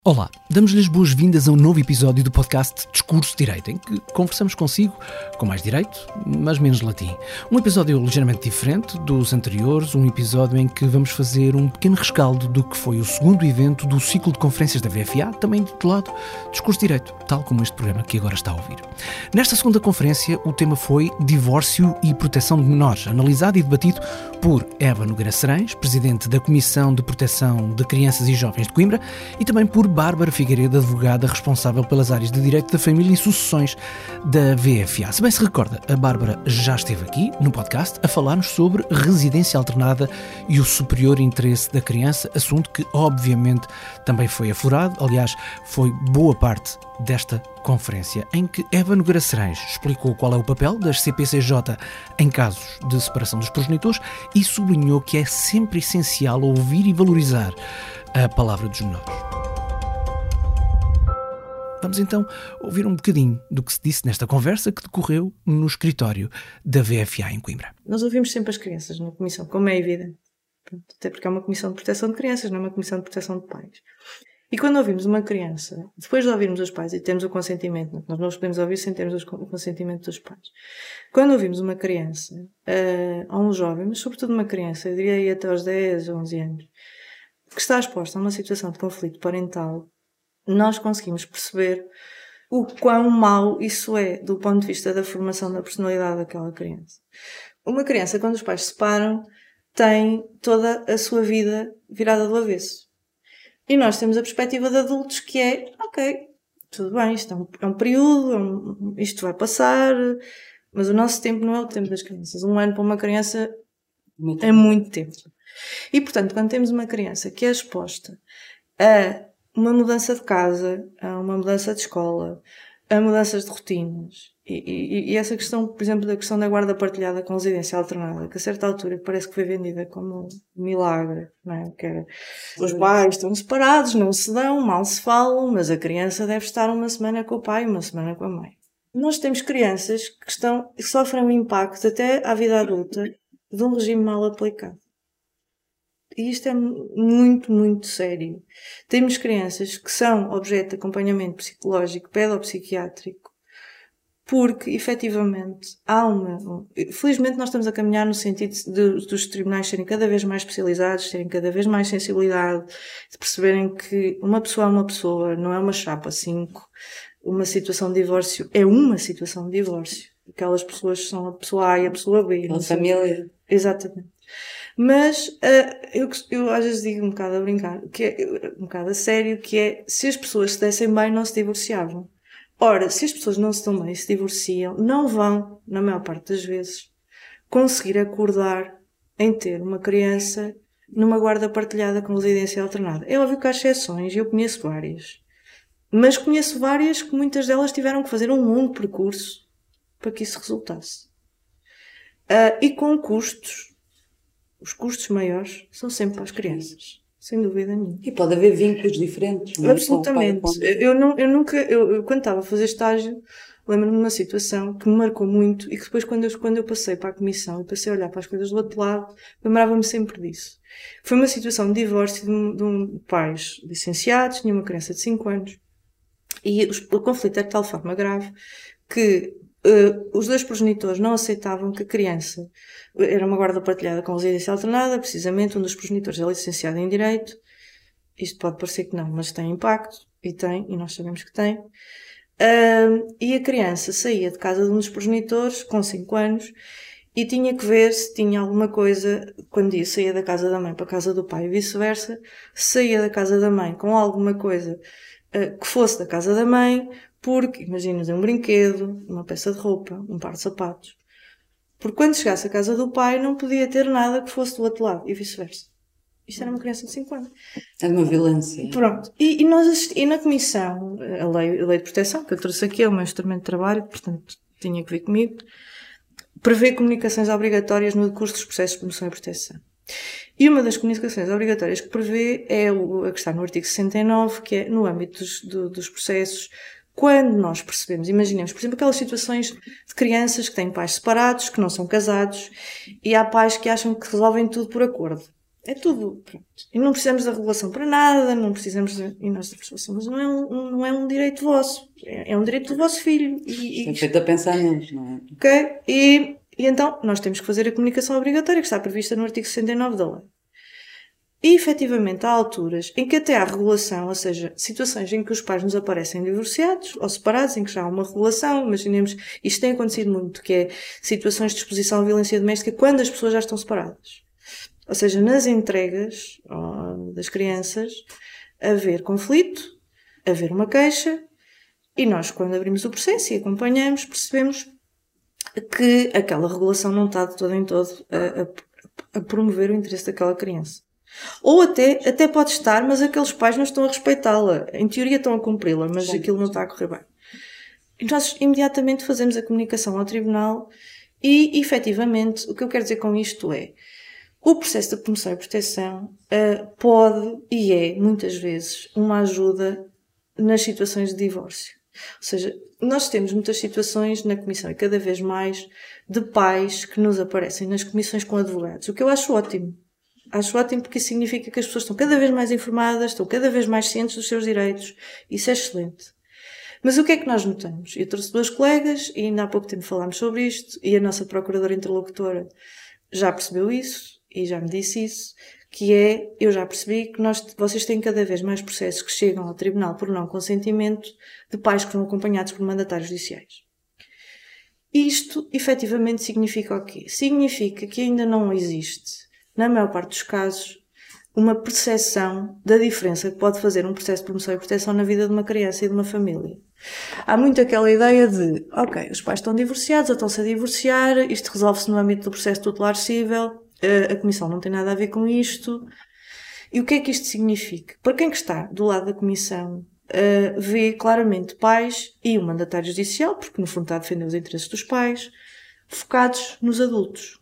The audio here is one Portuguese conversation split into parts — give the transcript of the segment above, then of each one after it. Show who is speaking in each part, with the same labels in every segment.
Speaker 1: Olá, damos-lhe as boas-vindas a um novo episódio do podcast Discurso Direito, em que conversamos consigo com mais direito, mas menos latim. Um episódio ligeiramente diferente dos anteriores, um episódio em que vamos fazer um pequeno rescaldo do que foi o segundo evento do ciclo de conferências da VFA, também intitulado Discurso Direito, tal como este programa que agora está a ouvir. Nesta segunda conferência, o tema foi Divórcio e Proteção de Menores, analisado e debatido por Eva Nogueira Serães, Presidente da Comissão de Proteção de Crianças e Jovens de Coimbra, e também por Bárbara Figueiredo, advogada responsável pelas áreas de Direito da Família e Sucessões da VFA. Se bem se recorda, a Bárbara já esteve aqui no podcast a falar-nos sobre residência alternada e o superior interesse da criança, assunto que obviamente também foi aflorado, aliás, foi boa parte desta conferência, em que Eva Nogueira Serães explicou qual é o papel das CPCJ em casos de separação dos progenitores e sublinhou que é sempre essencial ouvir e valorizar a palavra dos menores. Vamos então ouvir um bocadinho do que se disse nesta conversa que decorreu no escritório da VFA em Coimbra.
Speaker 2: Nós ouvimos sempre as crianças na comissão, como é evidente. Até porque é uma comissão de proteção de crianças, não é uma comissão de proteção de pais. E quando ouvimos uma criança, depois de ouvirmos os pais e temos o consentimento, nós não os podemos ouvir sem termos o consentimento dos pais. Quando ouvimos uma criança, ou um jovem, mas sobretudo uma criança, eu diria aí até aos 10, 11 anos, que está exposta a uma situação de conflito parental, nós conseguimos perceber o quão mau isso é do ponto de vista da formação da personalidade daquela criança. Uma criança, quando os pais se separam, tem toda a sua vida virada do avesso. E nós temos a perspectiva de adultos que é, ok, tudo bem, isto é um período, isto vai passar, mas o nosso tempo não é o tempo das crianças. Um ano para uma criança é muito tempo. E, portanto, quando temos uma criança que é exposta a uma mudança de casa, a uma mudança de escola, a mudanças de rotinas. E essa questão, por exemplo, da questão da guarda partilhada com residência alternada, que a certa altura parece que foi vendida como um milagre, não é? Que era, os pais estão separados, não se dão, mal se falam, mas a criança deve estar uma semana com o pai e uma semana com a mãe. Nós temos crianças que sofrem um impacto até à vida adulta de um regime mal aplicado. E isto é muito, muito sério. Temos crianças que são objeto de acompanhamento psicológico, pedopsiquiátrico, porque, efetivamente, felizmente nós estamos a caminhar no sentido dos tribunais serem cada vez mais especializados, terem cada vez mais sensibilidade, de perceberem que uma pessoa é uma pessoa, não é uma chapa 5. Uma situação de divórcio é uma situação de divórcio. Aquelas pessoas são a pessoa A e a pessoa B.
Speaker 3: A família.
Speaker 2: Exatamente. Mas eu às vezes digo um bocado a brincar, que é um bocado a sério, que é, se as pessoas se dessem bem não se divorciavam. Ora, se as pessoas não se dão bem e se divorciam, não vão, na maior parte das vezes, conseguir acordar em ter uma criança numa guarda partilhada com residência alternada. É óbvio que há exceções, e eu conheço várias. Mas conheço várias que muitas delas tiveram que fazer um longo percurso para que isso resultasse. E com custos. Os custos maiores são sempre para as crianças, sem dúvida nenhuma.
Speaker 3: E pode haver vínculos diferentes. Não?
Speaker 2: Absolutamente. Eu quando estava a fazer estágio, lembro-me de uma situação que me marcou muito e que depois quando eu passei para a comissão e passei a olhar para as coisas do outro lado, lembrava-me sempre disso. Foi uma situação de divórcio de um pais licenciados, tinha uma criança de 5 anos e o conflito era de tal forma grave que os dois progenitores não aceitavam que a criança era uma guarda partilhada com residência alternada, precisamente um dos progenitores é licenciado em Direito. Isto pode parecer que não, mas tem impacto, e nós sabemos que tem. E a criança saía de casa de um dos progenitores com 5 anos e tinha que ver se tinha alguma coisa, quando saía da casa da mãe para a casa do pai e vice-versa, saía da casa da mãe com alguma coisa que fosse da casa da mãe, porque, imagina, um brinquedo, uma peça de roupa, um par de sapatos. Porque quando chegasse à casa do pai não podia ter nada que fosse do outro lado e vice-versa. Isto era uma criança de 5 anos.
Speaker 3: É uma violência.
Speaker 2: Pronto. E na comissão, a lei de proteção, que eu trouxe aqui, é o meu instrumento de trabalho, portanto tinha que vir comigo, prevê comunicações obrigatórias no decurso dos processos de promoção e proteção. E uma das comunicações obrigatórias que prevê é a que está no artigo 69, que é no âmbito dos processos. Quando nós percebemos, imaginemos, por exemplo, aquelas situações de crianças que têm pais separados, que não são casados, e há pais que acham que resolvem tudo por acordo. É tudo. Pronto. E não precisamos da regulação para nada, não precisamos e nós temos, mas não é um direito vosso, é um direito do vosso filho.
Speaker 3: É feito a pensar neles, não é?
Speaker 2: Ok? E então nós temos que fazer a comunicação obrigatória que está prevista no artigo 69 da lei. E, efetivamente, há alturas em que até há regulação, ou seja, situações em que os pais nos aparecem divorciados ou separados, em que já há uma regulação, imaginemos, isto tem acontecido muito, que é situações de exposição à violência doméstica quando as pessoas já estão separadas. Ou seja, nas entregas das crianças, haver conflito, haver uma queixa, e nós, quando abrimos o processo e acompanhamos, percebemos que aquela regulação não está de todo em todo a promover o interesse daquela criança. Ou até pode estar, mas aqueles pais não estão a respeitá-la. Em teoria estão a cumpri-la, mas aquilo não está a correr bem. E nós imediatamente fazemos a comunicação ao tribunal e, efetivamente, o que eu quero dizer com isto é o processo de promoção e proteção pode e é, muitas vezes, uma ajuda nas situações de divórcio. Ou seja, nós temos muitas situações na comissão e cada vez mais de pais que nos aparecem nas comissões com advogados, o que eu acho ótimo. Acho ótimo porque isso significa que as pessoas estão cada vez mais informadas, estão cada vez mais cientes dos seus direitos. Isso é excelente. Mas o que é que nós notamos? Eu trouxe 2 colegas e ainda há pouco tempo falámos sobre isto e a nossa procuradora interlocutora já percebeu isso e já me disse isso, que é, eu já percebi que vocês têm cada vez mais processos que chegam ao tribunal por não consentimento de pais que vão acompanhados por mandatários judiciais. Isto, efetivamente, significa o quê? Significa que ainda não existe, na maior parte dos casos, uma percepção da diferença que pode fazer um processo de promoção e proteção na vida de uma criança e de uma família. Há muito aquela ideia de, ok, os pais estão divorciados ou estão-se a divorciar, isto resolve-se no âmbito do processo tutelar cível, a Comissão não tem nada a ver com isto. E o que é que isto significa? Para quem que está do lado da Comissão, vê claramente pais e o mandatário judicial, porque no fundo está a defender os interesses dos pais, focados nos adultos.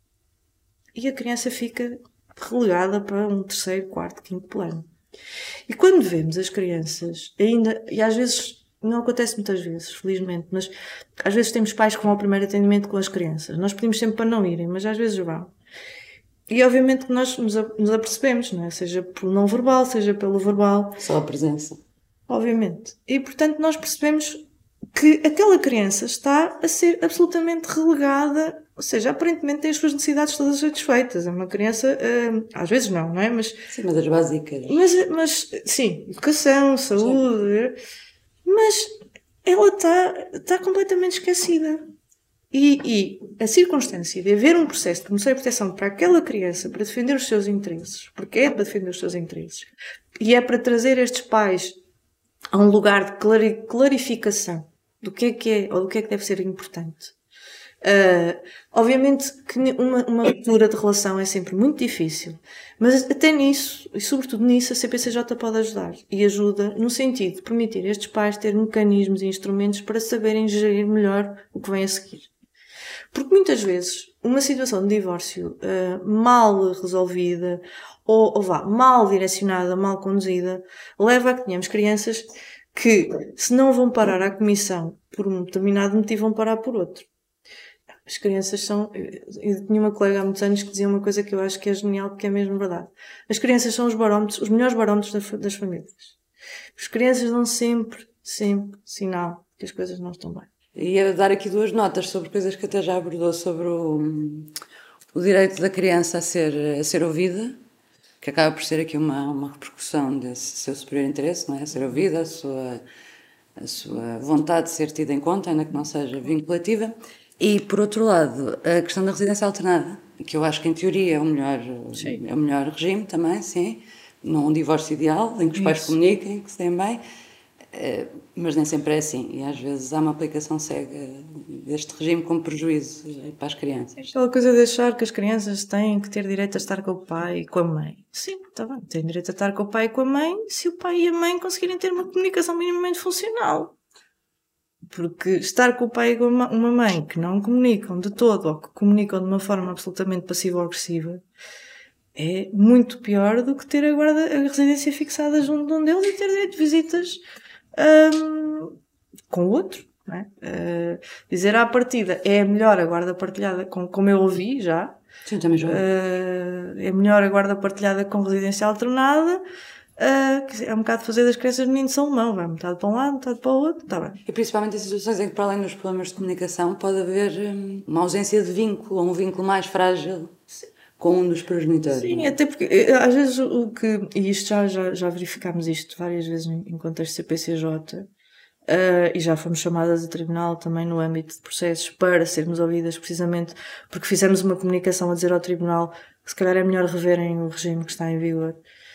Speaker 2: E a criança fica relegada para um 3º, 4º, 5º plano. E quando vemos as crianças, ainda, e às vezes, não acontece muitas vezes, felizmente, mas às vezes temos pais que vão ao primeiro atendimento com as crianças. Nós pedimos sempre para não irem, mas às vezes vão. E obviamente que nós nos apercebemos, não é? Seja pelo não verbal, seja pelo verbal.
Speaker 3: Só a presença.
Speaker 2: Obviamente. E portanto nós percebemos que aquela criança está a ser absolutamente relegada, ou seja, aparentemente tem as suas necessidades todas satisfeitas. É uma criança, às vezes não é? Mas,
Speaker 3: sim, mas as básicas.
Speaker 2: Mas sim, educação, saúde, mas ela está completamente esquecida. E a circunstância de haver um processo de promoção e proteção para aquela criança, para defender os seus interesses, porque é para defender os seus interesses, e é para trazer estes pais a um lugar de clarificação do que é, ou do que deve ser importante. Obviamente que uma ruptura de relação é sempre muito difícil, mas até nisso, e sobretudo nisso, a CPCJ pode ajudar. E ajuda no sentido de permitir a estes pais ter mecanismos e instrumentos para saberem gerir melhor o que vem a seguir. Porque muitas vezes uma situação de divórcio mal resolvida ou mal direcionada, mal conduzida, leva a que tenhamos crianças que, se não vão parar à comissão por um determinado motivo, vão parar por outro. As crianças são... Eu tinha uma colega há muitos anos que dizia uma coisa que eu acho que é genial, porque é mesmo verdade. As crianças são os melhores barómetros das famílias. As crianças dão sempre sinal que as coisas não estão bem.
Speaker 3: Ia dar aqui 2 notas sobre coisas que até já abordou sobre o direito da criança a ser ouvida, que acaba por ser aqui uma repercussão desse seu superior interesse, não é? A ser ouvida, a sua vontade de ser tida em conta, ainda que não seja vinculativa. E, por outro lado, a questão da residência alternada, que eu acho que em teoria é o melhor regime também, sim, num divórcio ideal, em que os pais comuniquem, que se deem bem. Mas nem sempre é assim, e às vezes há uma aplicação cega deste regime com prejuízo para as crianças.
Speaker 2: Aquela coisa de achar que as crianças têm que ter direito a estar com o pai e com a mãe. Sim, está bem, têm direito a estar com o pai e com a mãe se o pai e a mãe conseguirem ter uma comunicação minimamente funcional. Porque estar com o pai e com uma mãe que não comunicam de todo ou que comunicam de uma forma absolutamente passiva ou agressiva é muito pior do que ter a residência fixada junto de um deles e ter direito de visitas com o outro, não é? Dizer à partida é melhor a guarda partilhada, como eu ouvi já,
Speaker 3: Sim, também já.
Speaker 2: É melhor a guarda partilhada com residência alternada, que é um bocado fazer das crianças de menino de São Mão, vai metade para um lado, metade para o outro, está bem.
Speaker 3: E principalmente em situações em que, para além dos problemas de comunicação, pode haver uma ausência de vínculo, ou um vínculo mais frágil com um dos progenitores.
Speaker 2: Sim, até porque às vezes e isto já verificámos isto várias vezes em contexto CPCJ, e já fomos chamadas a tribunal também no âmbito de processos para sermos ouvidas precisamente porque fizemos uma comunicação a dizer ao tribunal que se calhar é melhor reverem o regime que está em vigor.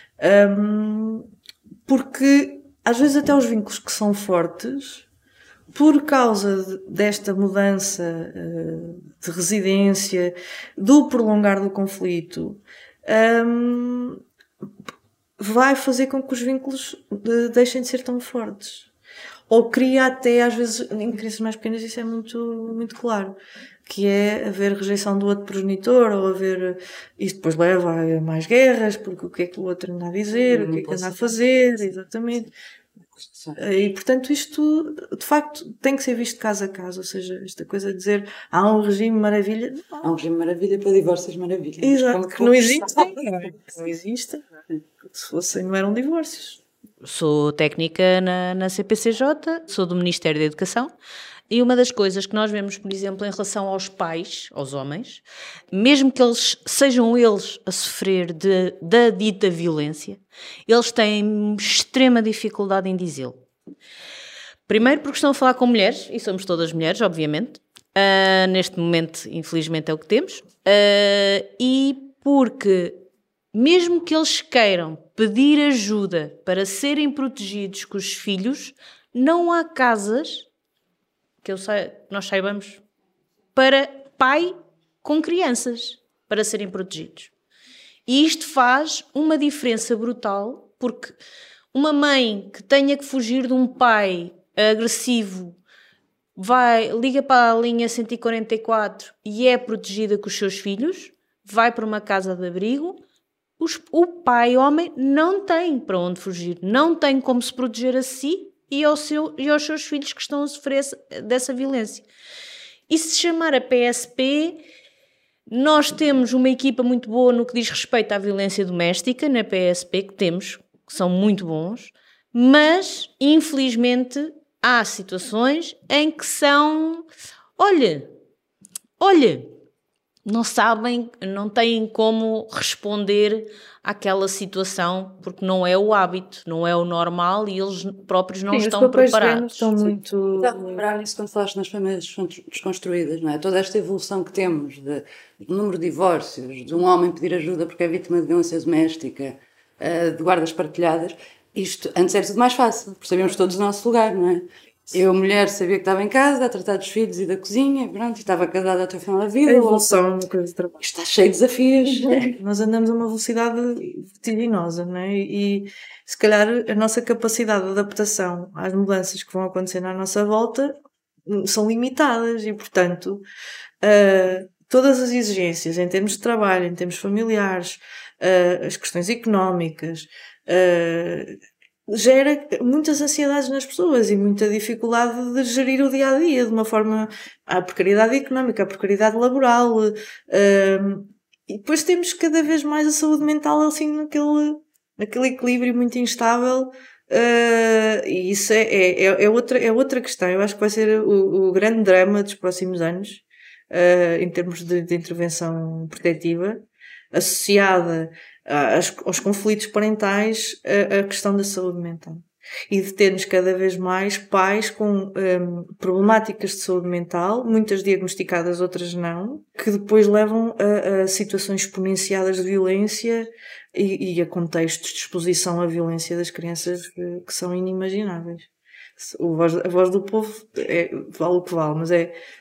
Speaker 2: Porque às vezes até os vínculos que são fortes, por causa desta mudança de residência, do prolongar do conflito, vai fazer com que os vínculos deixem de ser tão fortes. Ou cria até, às vezes, em crianças mais pequenas, isso é muito, muito claro, que é haver rejeição do outro progenitor, ou haver... Isto depois leva a mais guerras, porque o que é que o outro anda a dizer, o que é que anda a fazer, exatamente. E, portanto, isto, de facto, tem que ser visto caso a caso, ou seja, esta coisa de dizer há um regime maravilha...
Speaker 3: Há um regime maravilha para divórcios maravilha.
Speaker 2: Exato, que não existe. Não existe. Se fossem, não eram divórcios.
Speaker 4: Sou técnica na CPCJ, sou do Ministério da Educação, e uma das coisas que nós vemos, por exemplo, em relação aos pais, aos homens, mesmo que sejam eles a sofrer da dita violência, eles têm extrema dificuldade em dizê-lo. Primeiro porque estão a falar com mulheres, e somos todas mulheres, obviamente, neste momento, infelizmente, é o que temos, e porque... mesmo que eles queiram pedir ajuda para serem protegidos com os filhos, não há casas, que nós saibamos, para pai com crianças, para serem protegidos. E isto faz uma diferença brutal, porque uma mãe que tenha que fugir de um pai agressivo, liga para a linha 144 e é protegida com os seus filhos, vai para uma casa de abrigo. O pai, homem, não tem para onde fugir, não tem como se proteger a si e aos seus filhos que estão a sofrer dessa violência. E se chamar a PSP, nós temos uma equipa muito boa no que diz respeito à violência doméstica, na PSP, que são muito bons, mas, infelizmente, há situações em que são... Olha... não sabem, não têm como responder àquela situação, porque não é o hábito, não é o normal e eles próprios não estão preparados.
Speaker 2: Estão muito...
Speaker 3: Dá para lembrar nisso quando falaste nas famílias desconstruídas, não é? Toda esta evolução que temos do número de divórcios, de um homem pedir ajuda porque é vítima de violência doméstica, de guardas partilhadas, isto antes era tudo mais fácil, porque sabíamos todos o nosso lugar, não é? Eu, mulher, sabia que estava em casa a tratar dos filhos e da cozinha, pronto, e estava casada até o final da vida.
Speaker 2: A evolução, uma coisa de trabalho.
Speaker 3: Isto está cheio de desafios.
Speaker 2: Nós andamos a uma velocidade vertiginosa, não é? E se calhar a nossa capacidade de adaptação às mudanças que vão acontecer à nossa volta são limitadas e, portanto, todas as exigências em termos de trabalho, em termos familiares, as questões económicas, gera muitas ansiedades nas pessoas e muita dificuldade de gerir o dia-a-dia de uma forma... Há precariedade económica, há precariedade laboral, e depois temos cada vez mais a saúde mental assim naquele equilíbrio muito instável, e isso é outra questão. Eu acho que vai ser o grande drama dos próximos anos, em termos de intervenção protetiva, associada aos conflitos parentais, a questão da saúde mental. E de termos cada vez mais pais com problemáticas de saúde mental, muitas diagnosticadas, outras não, que depois levam a situações exponenciadas de violência e a contextos de exposição à violência das crianças que são inimagináveis. A voz do povo vale o que vale, mas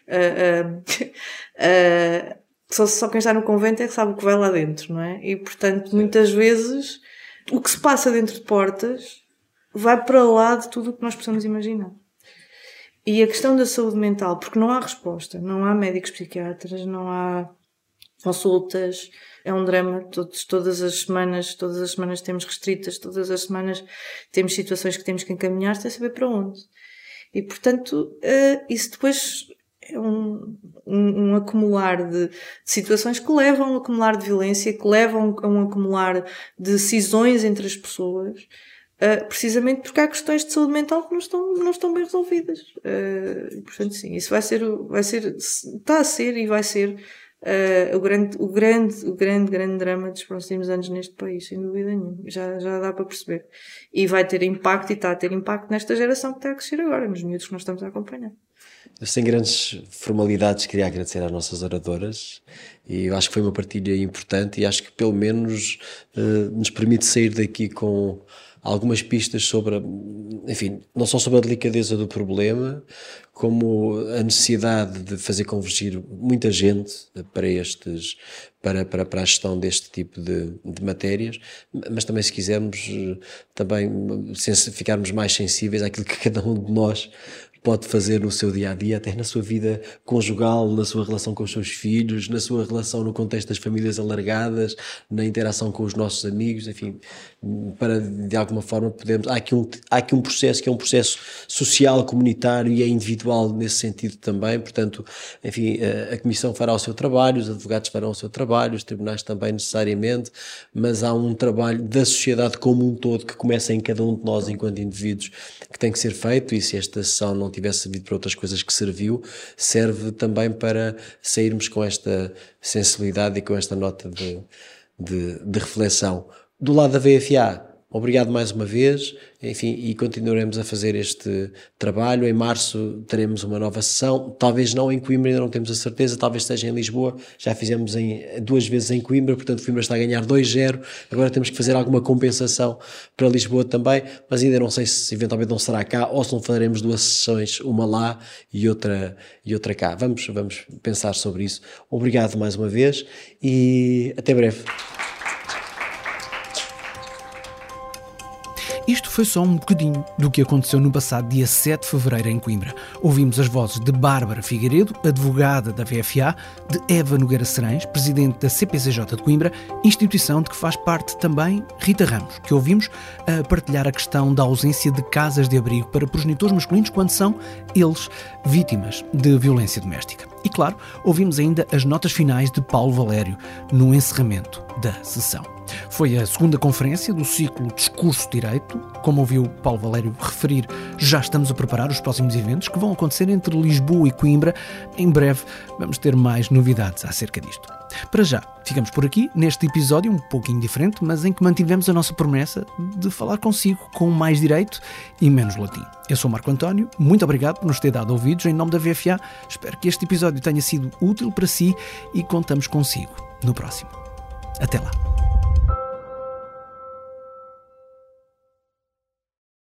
Speaker 2: só quem está no convento é que sabe o que vai lá dentro, não é? E, portanto, muitas vezes, o que se passa dentro de portas vai para lá de tudo o que nós possamos imaginar. E a questão da saúde mental, porque não há resposta, não há médicos psiquiatras, não há consultas, é um drama, todas as semanas temos restritas, todas as semanas temos situações que temos que encaminhar sem saber para onde. E, portanto, isso depois um acumular de situações que levam a um acumular de violência, que levam a um acumular de cisões entre as pessoas, precisamente porque há questões de saúde mental que não estão bem resolvidas. E, portanto, sim, isso está a ser e vai ser o grande drama dos próximos anos neste país, sem dúvida nenhuma. Já dá para perceber. E vai ter impacto, e está a ter impacto nesta geração que está a crescer agora, nos miúdos que nós estamos a acompanhar.
Speaker 5: Sem grandes formalidades, queria agradecer às nossas oradoras, e eu acho que foi uma partilha importante, e acho que pelo menos nos permite sair daqui com algumas pistas sobre, enfim, não só sobre a delicadeza do problema, como a necessidade de fazer convergir muita gente para a gestão deste tipo de matérias, mas também, se quisermos, também ficarmos mais sensíveis àquilo que cada um de nós pode fazer no seu dia-a-dia, até na sua vida conjugal, na sua relação com os seus filhos, na sua relação no contexto das famílias alargadas, na interação com os nossos amigos, enfim, para de alguma forma podermos... Há aqui um processo que é um processo social, comunitário e é individual nesse sentido também, portanto, enfim, a Comissão fará o seu trabalho, os advogados farão o seu trabalho, os tribunais também necessariamente, mas há um trabalho da sociedade como um todo que começa em cada um de nós enquanto indivíduos que tem que ser feito, e se esta sessão não tivesse servido para outras coisas que serviu, serve também para sairmos com esta sensibilidade e com esta nota de reflexão. Do lado da VFA, obrigado mais uma vez, enfim, e continuaremos a fazer este trabalho. Em março teremos uma nova sessão, talvez não em Coimbra, ainda não temos a certeza, talvez seja em Lisboa, já fizemos 2 vezes em Coimbra, portanto Coimbra está a ganhar 2-0, agora temos que fazer alguma compensação para Lisboa também, mas ainda não sei se eventualmente não será cá, ou se não faremos 2 sessões, uma lá e outra cá. Vamos pensar sobre isso. Obrigado mais uma vez e até breve.
Speaker 1: Isto foi só um bocadinho do que aconteceu no passado dia 7 de fevereiro em Coimbra. Ouvimos as vozes de Bárbara Figueiredo, advogada da VFA, de Eva Nogueira Serães, presidente da CPCJ de Coimbra, instituição de que faz parte também Rita Ramos, que ouvimos a partilhar a questão da ausência de casas de abrigo para progenitores masculinos quando são eles vítimas de violência doméstica. E claro, ouvimos ainda as notas finais de Paulo Valério no encerramento da sessão. Foi a segunda conferência do ciclo Discurso Direito. Como ouviu Paulo Valério referir, já estamos a preparar os próximos eventos que vão acontecer entre Lisboa e Coimbra. Em breve vamos ter mais novidades acerca disto. Para já, ficamos por aqui neste episódio um pouquinho diferente, mas em que mantivemos a nossa promessa de falar consigo com mais direito e menos latim. Eu sou Marco António, muito obrigado por nos ter dado ouvidos em nome da VFA. Espero que este episódio tenha sido útil para si e contamos consigo no próximo. Até lá.